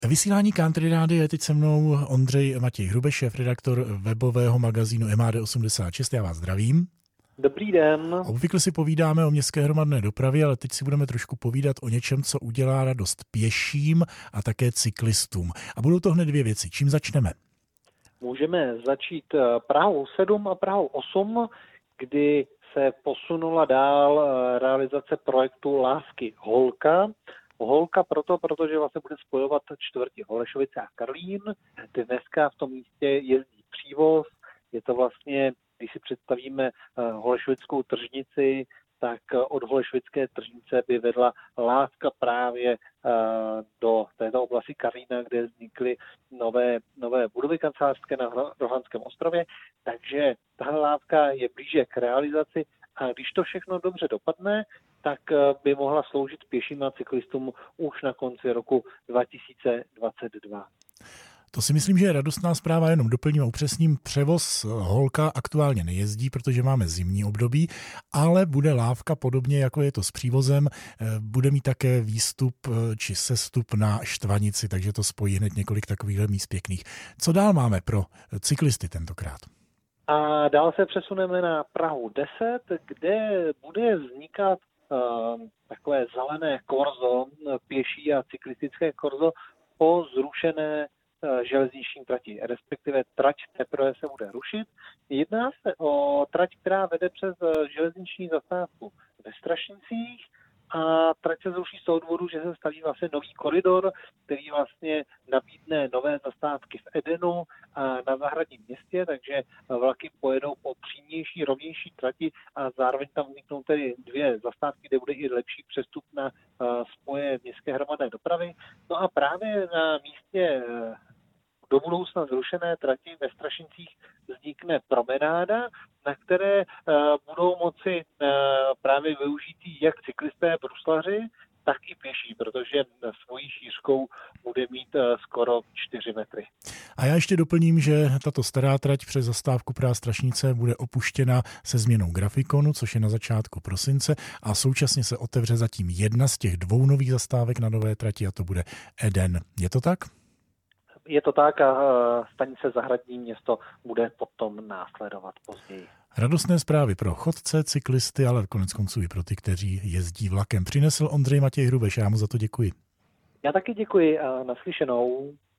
Ve vysílání Country Rádia je teď se mnou Ondřej Matěj Hrubeš, šéfredaktor webového magazínu MAD86. Já vás zdravím. Dobrý den. Obvykle si povídáme o městské hromadné dopravě, ale teď si budeme trošku povídat o něčem, co udělá radost pěším a také cyklistům. A budou to hned dvě věci. Čím začneme? Můžeme začít Prahou 7 a Prahou 8, kdy se posunula dál realizace projektu Lávky Holka. Holka protože vlastně bude spojovat čtvrti Holešovice a Karlín. Dneska v tom místě jezdí přívoz. Je to vlastně, když si představíme holešovickou tržnici, tak od holešovické tržnice by vedla lávka právě do této oblasti Karlína, kde vznikly nové budovy kancelářské na Rohanském ostrově. Takže tahle lávka je blíže k realizaci a když to všechno dobře dopadne, tak by mohla sloužit pěším a cyklistům už na konci roku 2022. To si myslím, že je radostná zpráva, jenom doplním a upřesním. Převoz Holka aktuálně nejezdí, protože máme zimní období, ale bude lávka podobně, jako je to s přívozem, bude mít také výstup či sestup na Štvanici, takže to spojí hned několik takových míst pěkných. Co dál máme pro cyklisty tentokrát? A dál se přesuneme na Prahu 10, kde bude vznikat takové zelené korzo, pěší a cyklistické korzo po zrušené železniční trati, respektive trať teprve se bude rušit. Jedná se o trať, která vede přes železniční zastávku ve Strašnicích a trať se zruší z toho důvodu, že se staví vlastně nový koridor, který vlastně nabídne nové zastávky v Edenu a na Zahradním městě, takže vlaky pojedou po přímější, rovnější trati a zároveň tam vzniknou tedy dvě zastávky, kde bude i lepší přestup na spoje městské hromadné dopravy. No a právě na místě do budoucna zrušené trati ve Strašincích vznikne promenáda, na které budou moci právě využít jak cyklisté, bruslaři, tak i pěší, protože svojí šířkou bude mít skoro 4 metry. A já ještě doplním, že tato stará trať přes zastávku Praha Strašnice bude opuštěna se změnou grafikonu, což je na začátku prosince, a současně se otevře zatím jedna z těch dvou nových zastávek na nové trati a to bude Eden. Je to tak? Je to tak a stanice Zahradní město bude potom následovat později. Radostné zprávy pro chodce, cyklisty, ale konec konců i pro ty, kteří jezdí vlakem. Přinesl Ondřej Matěj Hrubeš, já mu za to děkuji. Já taky děkuji a naslyšenou.